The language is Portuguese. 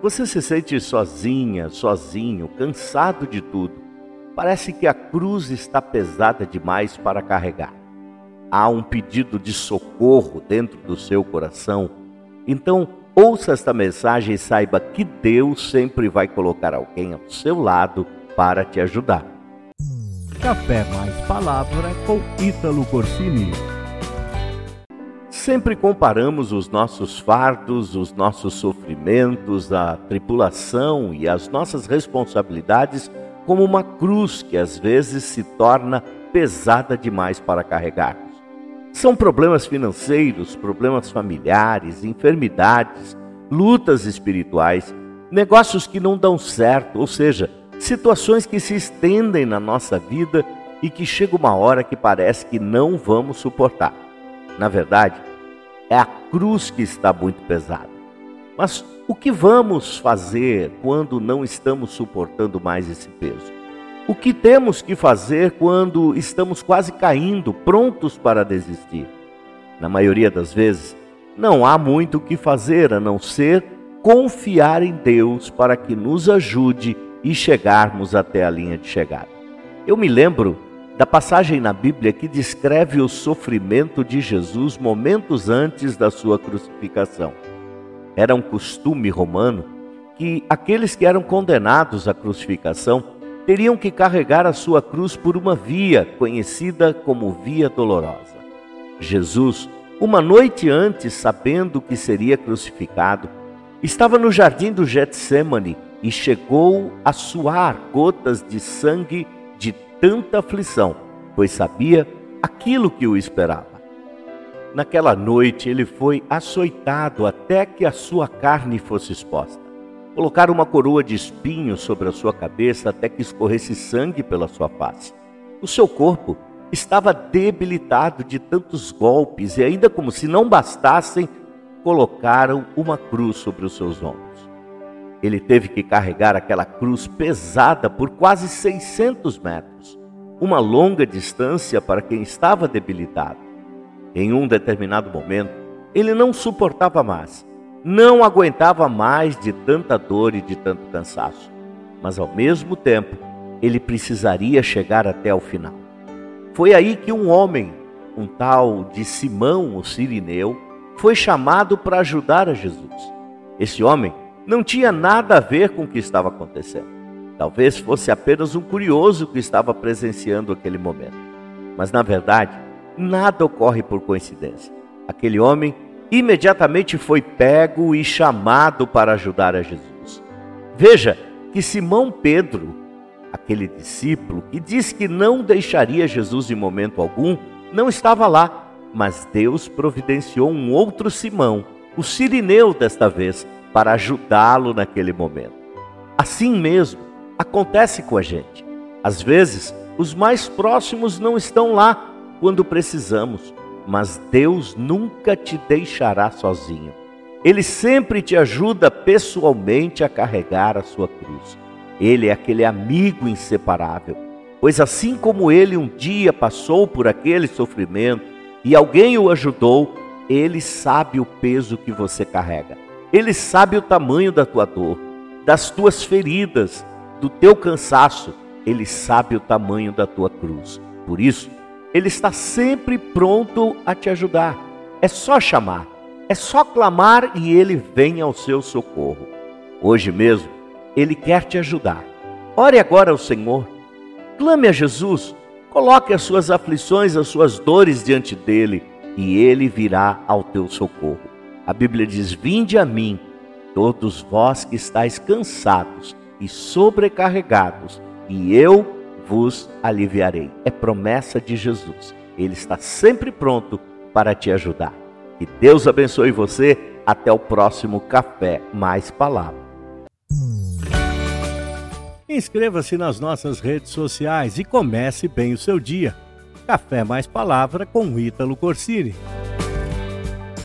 Você se sente sozinha, sozinho, cansado de tudo. Parece que a cruz está pesada demais para carregar. Há um pedido de socorro dentro do seu coração. Então, ouça esta mensagem e saiba que Deus sempre vai colocar alguém ao seu lado para te ajudar. Café mais Palavra com Ítalo Corsini. Sempre comparamos os nossos fardos, os nossos sofrimentos, a tribulação e as nossas responsabilidades como uma cruz que às vezes se torna pesada demais para carregarmos. São problemas financeiros, problemas familiares, enfermidades, lutas espirituais, negócios que não dão certo, ou seja, situações que se estendem na nossa vida e que chega uma hora que parece que não vamos suportar. Na verdade, é a cruz que está muito pesada. Mas o que vamos fazer quando não estamos suportando mais esse peso? O que temos que fazer quando estamos quase caindo, prontos para desistir? Na maioria das vezes, não há muito o que fazer a não ser confiar em Deus para que nos ajude e chegarmos até a linha de chegada. Eu me lembro da passagem na Bíblia que descreve o sofrimento de Jesus momentos antes da sua crucificação. Era um costume romano que aqueles que eram condenados à crucificação teriam que carregar a sua cruz por uma via conhecida como Via Dolorosa. Jesus, uma noite antes, sabendo que seria crucificado, estava no jardim do Getsêmani e chegou a suar gotas de sangue de tanta aflição, pois sabia aquilo que o esperava. Naquela noite ele foi açoitado até que a sua carne fosse exposta. Colocaram uma coroa de espinhos sobre a sua cabeça até que escorresse sangue pela sua face. O seu corpo estava debilitado de tantos golpes e ainda como se não bastassem, colocaram uma cruz sobre os seus ombros. Ele teve que carregar aquela cruz pesada por quase 600 metros, uma longa distância para quem estava debilitado. Em um determinado momento, ele não suportava mais, não aguentava mais de tanta dor e de tanto cansaço. Mas ao mesmo tempo, ele precisaria chegar até o final. Foi aí que um homem, um tal de Simão, o Cirineu, foi chamado para ajudar a Jesus. Esse homem não tinha nada a ver com o que estava acontecendo. Talvez fosse apenas um curioso que estava presenciando aquele momento. Mas na verdade, nada ocorre por coincidência. Aquele homem imediatamente foi pego e chamado para ajudar a Jesus. Veja que Simão Pedro, aquele discípulo que disse que não deixaria Jesus em momento algum, não estava lá, mas Deus providenciou um outro Simão, o Cirineu desta vez, para ajudá-lo naquele momento. Assim mesmo acontece com a gente. Às vezes, os mais próximos não estão lá quando precisamos, mas Deus nunca te deixará sozinho. Ele sempre te ajuda pessoalmente a carregar a sua cruz. Ele é aquele amigo inseparável, pois assim como ele um dia passou por aquele sofrimento e alguém o ajudou, ele sabe o peso que você carrega. Ele sabe o tamanho da tua dor, das tuas feridas, do teu cansaço. Ele sabe o tamanho da tua cruz. Por isso, Ele está sempre pronto a te ajudar. É só chamar, é só clamar e Ele vem ao seu socorro. Hoje mesmo, Ele quer te ajudar. Ore agora ao Senhor. Clame a Jesus. Coloque as suas aflições, as suas dores diante dEle e Ele virá ao teu socorro. A Bíblia diz: vinde a mim, todos vós que estáis cansados e sobrecarregados, e eu vos aliviarei. É promessa de Jesus. Ele está sempre pronto para te ajudar. Que Deus abençoe você. Até o próximo Café Mais Palavra. Inscreva-se nas nossas redes sociais e comece bem o seu dia. Café Mais Palavra com Ítalo Corsini.